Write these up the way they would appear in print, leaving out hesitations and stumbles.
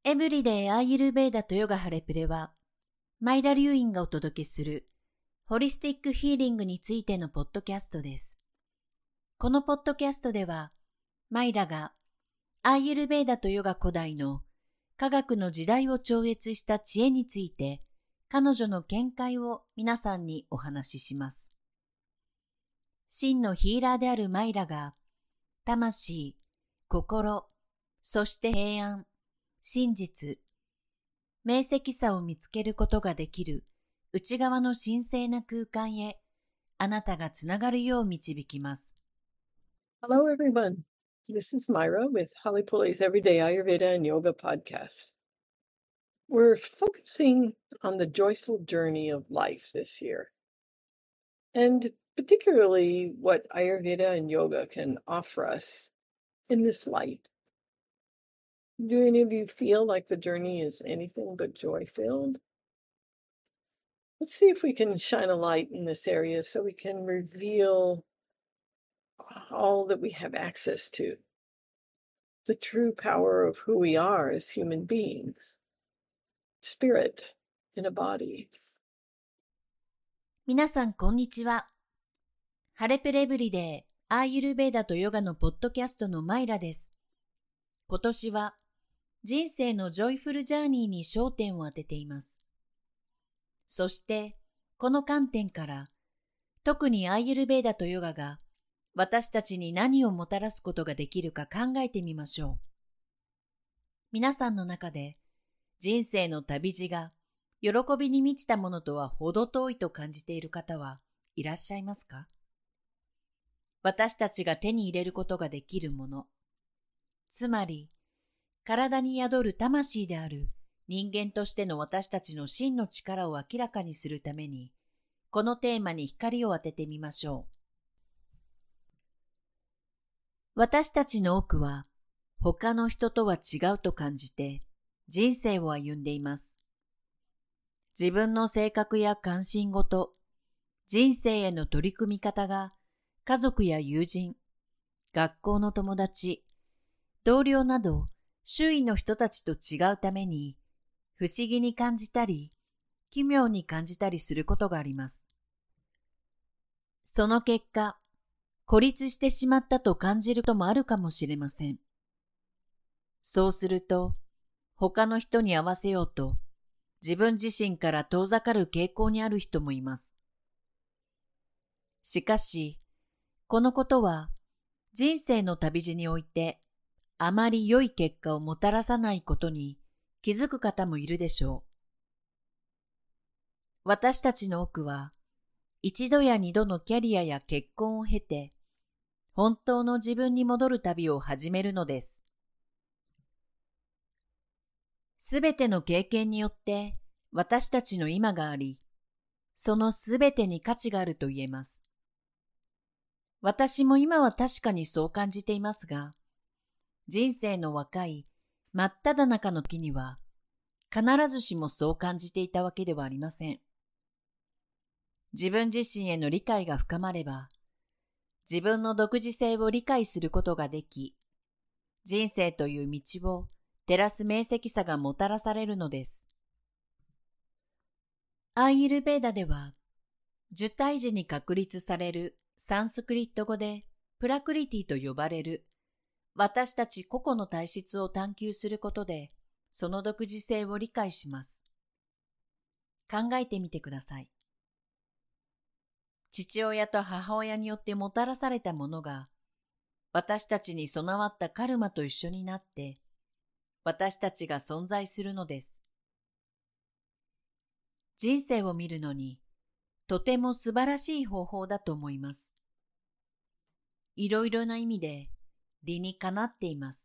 エブリデイアーユルヴェーダとヨガハレプレは、マイラ流院がお届けするホリスティックヒーリングについてのポッドキャストです。このポッドキャストでは、マイラがアーユルヴェーダとヨガ古代の科学の時代を超越した知恵について、彼女の見解を皆さんにお話しします。真のヒーラーであるマイラが、魂、心、そして平安、真実、明晰さを見つけることができる内側の神聖な空間へあなたがつながるよう導きます。 Hello, everyone. This is Myra with Holly Pulley's Everyday Ayurveda and Yoga podcast. We're focusing on the joyful journey of life this year, and particularly what Ayurveda and yoga can offer us in this light. Do any of you feel like the journey is anything but joy-filled? Let's see if we can shine a light in this area so we can reveal all that we have access to, the true power of who we are as human beings, spirit in a body. 皆さんこんにちは。ハレペレブリデーアーユルヴェーダとヨガのポッドキャストのマイラです。今年は人生のジョイフルジャーニーに焦点を当てています。そしてこの観点から特にアーユルヴェーダとヨガが私たちに何をもたらすことができるか考えてみましょう。皆さんの中で人生の旅路が喜びに満ちたものとは程遠いと感じている方はいらっしゃいますか？私たちが手に入れることができるもの、つまり体に宿る魂である人間としての私たちの真の力を明らかにするために、このテーマに光を当ててみましょう。私たちの多くは他の人とは違うと感じて人生を歩んでいます。自分の性格や関心事、人生への取り組み方が家族や友人、学校の友達、同僚など周囲の人たちと違うために不思議に感じたり奇妙に感じたりすることがあります。その結果、孤立してしまったと感じることもあるかもしれません。そうすると、他の人に合わせようと、自分自身から遠ざかる傾向にある人もいます。しかし、このことは、人生の旅路において、あまり良い結果をもたらさないことに気づく方もいるでしょう。私たちの多くは、一度や二度のキャリアや結婚を経て、本当の自分に戻る旅を始めるのです。すべての経験によって私たちの今があり、そのすべてに価値があると言えます。私も今は確かにそう感じていますが、人生の若い真っ只中の時には、必ずしもそう感じていたわけではありません。自分自身への理解が深まれば、自分の独自性を理解することができ、人生という道を照らす明晰さがもたらされるのです。アーユルヴェーダでは、受胎時に確立されるサンスクリット語でプラクリティと呼ばれる私たち個々の体質を探求することでその独自性を理解します。考えてみてください。父親と母親によってもたらされたものが私たちに備わったカルマと一緒になって私たちが存在するのです。人生を見るのにとても素晴らしい方法だと思います。いろいろな意味で理にかなっています。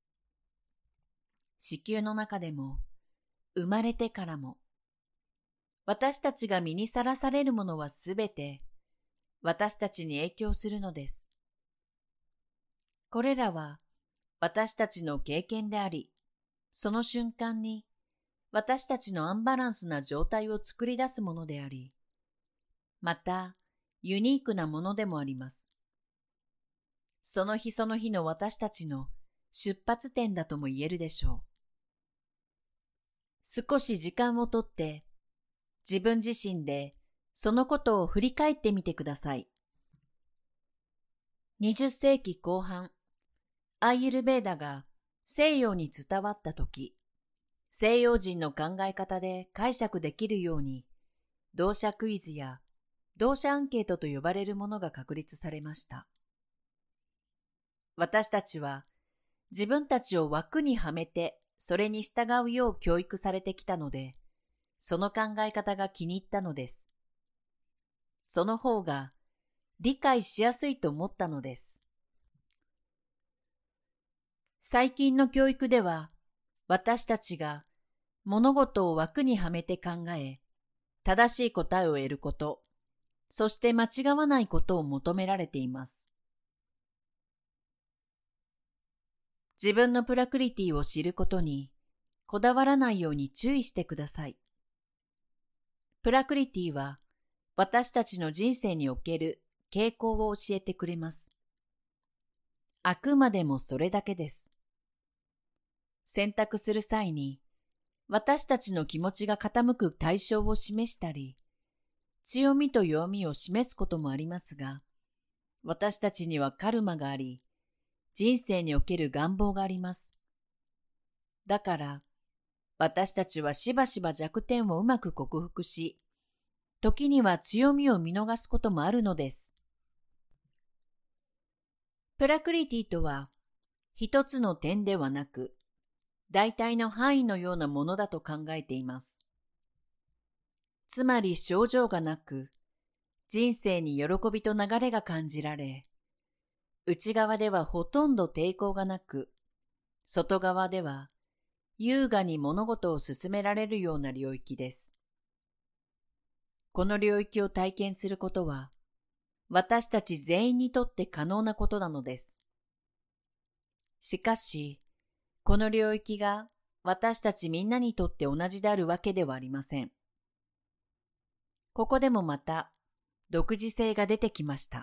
子宮の中でも生まれてからも私たちが身にさらされるものはすべて私たちに影響するのです。これらは私たちの経験であり、その瞬間に私たちのアンバランスな状態を作り出すものであり、またユニークなものでもあります。その日その日の私たちの出発点だとも言えるでしょう。 少し時間をとって、自分自身でそのことを振り返ってみてください。20世紀後半、アーユルヴェーダが西洋に伝わったとき、西洋人の考え方で解釈できるように、同社クイズや同社アンケートと呼ばれるものが確立されました。私たちは自分たちを枠にはめてそれに従うよう教育されてきたので、その考え方が気に入ったのです。その方が理解しやすいと思ったのです。最近の教育では、私たちが物事を枠にはめて考え、正しい答えを得ること、そして間違わないことを求められています。自分のプラクリティを知ることにこだわらないように注意してください。プラクリティは私たちの人生における傾向を教えてくれます。あくまでもそれだけです。選択する際に私たちの気持ちが傾く対象を示したり、強みと弱みを示すこともありますが、私たちにはカルマがあり、人生における願望があります。だから、私たちはしばしば弱点をうまく克服し、時には強みを見逃すこともあるのです。プラクリティとは、一つの点ではなく、大体の範囲のようなものだと考えています。つまり症状がなく、人生に喜びと流れが感じられ、内側ではほとんど抵抗がなく、外側では優雅に物事を進められるような領域です。この領域を体験することは、私たち全員にとって可能なことなのです。しかし、この領域が私たちみんなにとって同じであるわけではありません。ここでもまた独自性が出てきました。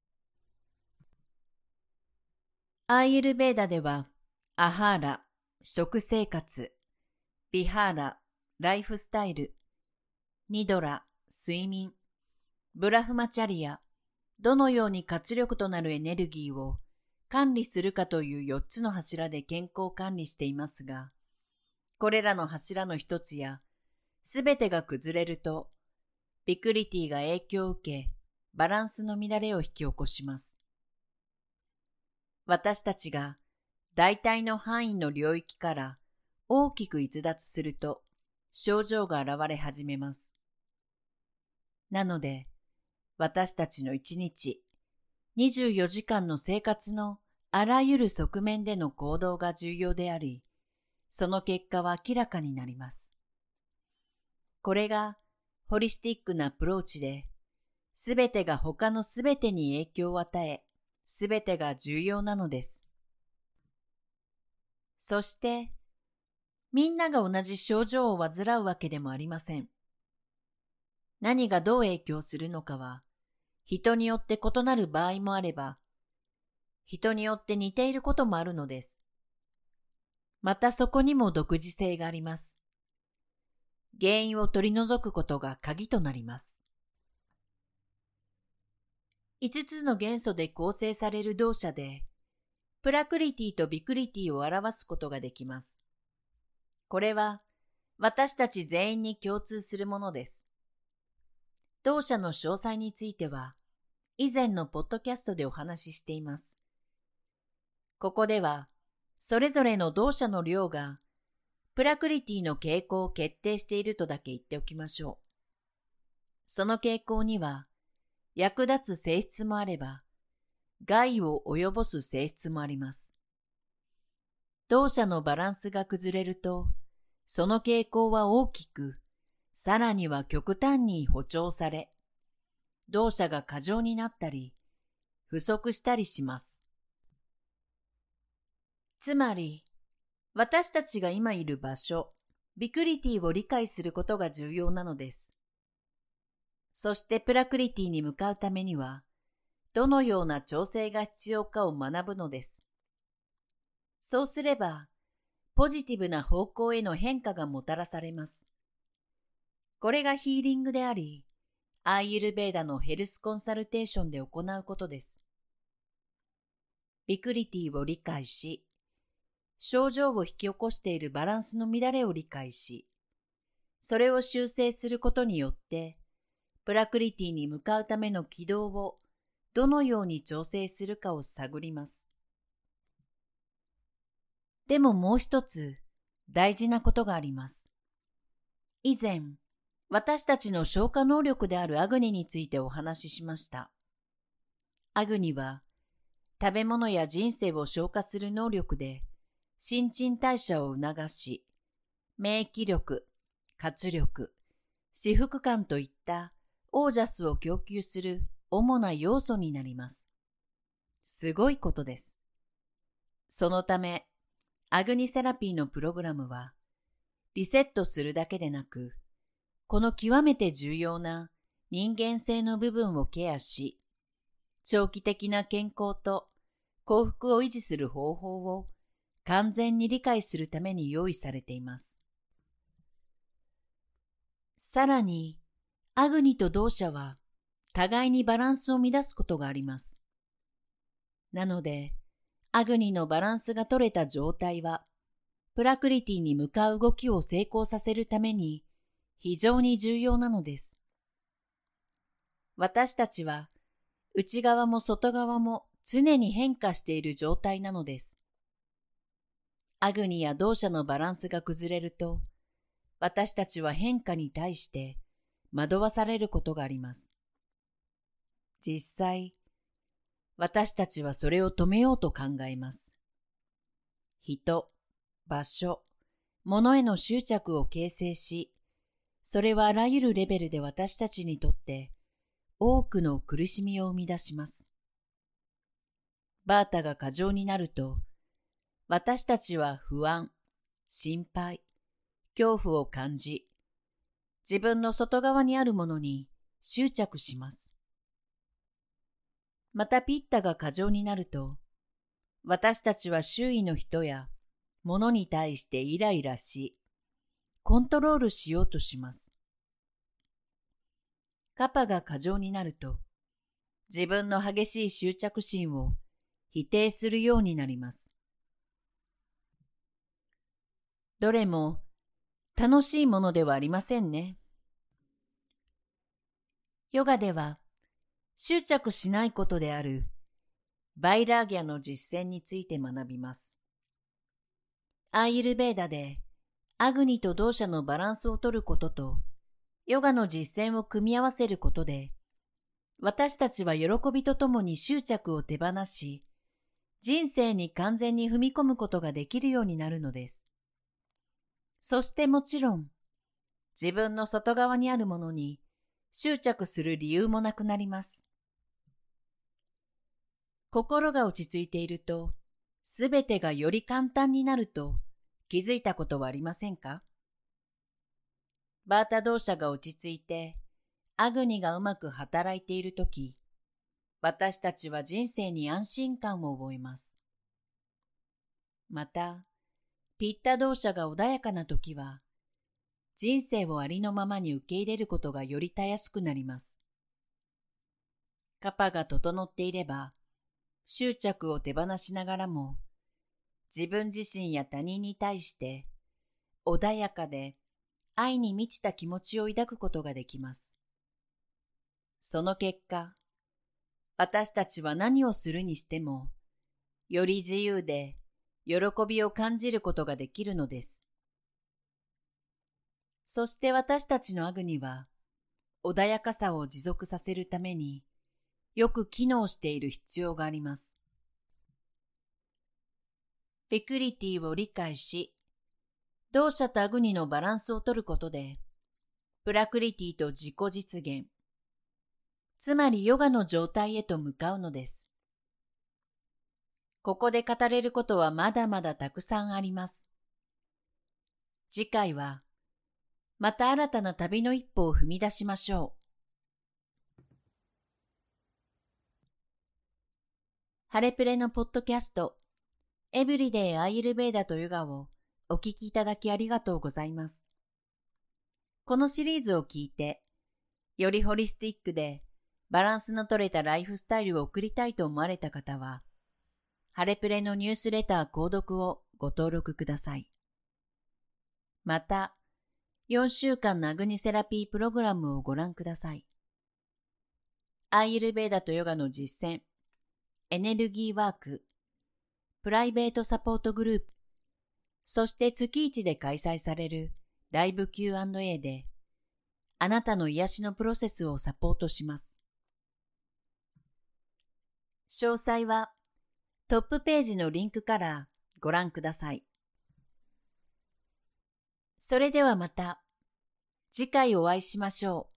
アーユルヴェーダでは、アハーラ、食生活、ビハーラ、ライフスタイル、ニドラ、睡眠、ブラフマチャリア、どのように活力となるエネルギーを管理するかという4つの柱で健康を管理していますが、これらの柱の一つや、すべてが崩れると、ビクリティが影響を受け、バランスの乱れを引き起こします。私たちが大体の範囲の領域から大きく逸脱すると症状が現れ始めます。なので、私たちの1日、24時間の生活のあらゆる側面での行動が重要であり、その結果は明らかになります。これがホリスティックなアプローチで、すべてが他のすべてに影響を与え、すべてが重要なのです。そして、みんなが同じ症状を患うわけでもありません。何がどう影響するのかは、人によって異なる場合もあれば、人によって似ていることもあるのです。またそこにも独自性があります。原因を取り除くことが鍵となります。5つの元素で構成される動作で、プラクリティとビクリティを表すことができます。これは、私たち全員に共通するものです。動作の詳細については、以前のポッドキャストでお話ししています。ここでは、それぞれの動作の量が、プラクリティの傾向を決定しているとだけ言っておきましょう。その傾向には、役立つ性質もあれば、害を及ぼす性質もあります。動作のバランスが崩れると、その傾向は大きく、さらには極端に補聴され、動作が過剰になったり、不足したりします。つまり、私たちが今いる場所、ビクリティを理解することが重要なのです。そしてプラクリティに向かうためには、どのような調整が必要かを学ぶのです。そうすれば、 ポジティブな方向への変化がもたらされます。これがヒーリングであり、アーユルベーダのヘルスコンサルテーションで行うことです。ビクリティを理解し、症状を引き起こしているバランスの乱れを理解し、それを修正することによって、プラクリティに向かうための軌道をどのように調整するかを探ります。でももう一つ大事なことがあります。以前、私たちの消化能力であるアグニについてお話ししました。アグニは、食べ物や人生を消化する能力で、新陳代謝を促し、免疫力、活力、至福感といったオージャスを供給する主な要素になります。すごいことです。そのため、アグニセラピーのプログラムは、リセットするだけでなく、この極めて重要な人間性の部分をケアし、長期的な健康と幸福を維持する方法を完全に理解するために用意されています。さらに、アグニとドーシャは互いにバランスを乱すことがあります。なので、アグニのバランスが取れた状態は、プラクリティに向かう動きを成功させるために非常に重要なのです。私たちは内側も外側も常に変化している状態なのです。アグニやドーシャのバランスが崩れると、私たちは変化に対して惑わされることがあります。実際、私たちはそれを止めようと考えます。人、場所、物への執着を形成し、それはあらゆるレベルで私たちにとって多くの苦しみを生み出します。バータが過剰になると、私たちは不安、心配、恐怖を感じ、自分の外側にあるものに執着します。またピッタが過剰になると、私たちは周囲の人や物に対してイライラし、コントロールしようとします。カパが過剰になると、自分の激しい執着心を否定するようになります。どれも楽しいものではありませんね。ヨガでは、執着しないことであるバイラーギャの実践について学びます。アーユルベーダでアグニとドーシャのバランスを取ることとヨガの実践を組み合わせることで、私たちは喜びとともに執着を手放し、人生に完全に踏み込むことができるようになるのです。そしてもちろん、自分の外側にあるものに執着する理由もなくなります。心が落ち着いていると、すべてがより簡単になると気づいたことはありませんか？バータドーシャが落ち着いて、アグニがうまく働いているとき、私たちは人生に安心感を覚えます。また、ピッタドーシャが穏やかなときは、人生をありのままに受け入れることがよりたやすくなります。カパが整っていれば、執着を手放しながらも、自分自身や他人に対して穏やかで愛に満ちた気持ちを抱くことができます。その結果、私たちは何をするにしても、より自由で喜びを感じることができるのです。そして私たちのアグニは、穏やかさを持続させるためによく機能している必要があります。ピクリティを理解し、ドーシャとアグニのバランスを取ることで、プラクリティと自己実現、つまりヨガの状態へと向かうのです。ここで語れることはまだまだたくさんあります。次回は、また新たな旅の一歩を踏み出しましょう。ハレプレのポッドキャスト、エブリデイアーユルベーダとヨガをお聞きいただきありがとうございます。このシリーズを聞いて、よりホリスティックでバランスの取れたライフスタイルを送りたいと思われた方は、ハレプレのニュースレター購読をご登録ください。また、4週間のアグニセラピープログラムをご覧ください。アーユルヴェーダとヨガの実践、エネルギーワーク、プライベートサポートグループ、そして月1で開催されるライブ Q&A で、あなたの癒しのプロセスをサポートします。詳細はトップページのリンクからご覧ください。それではまた次回お会いしましょう。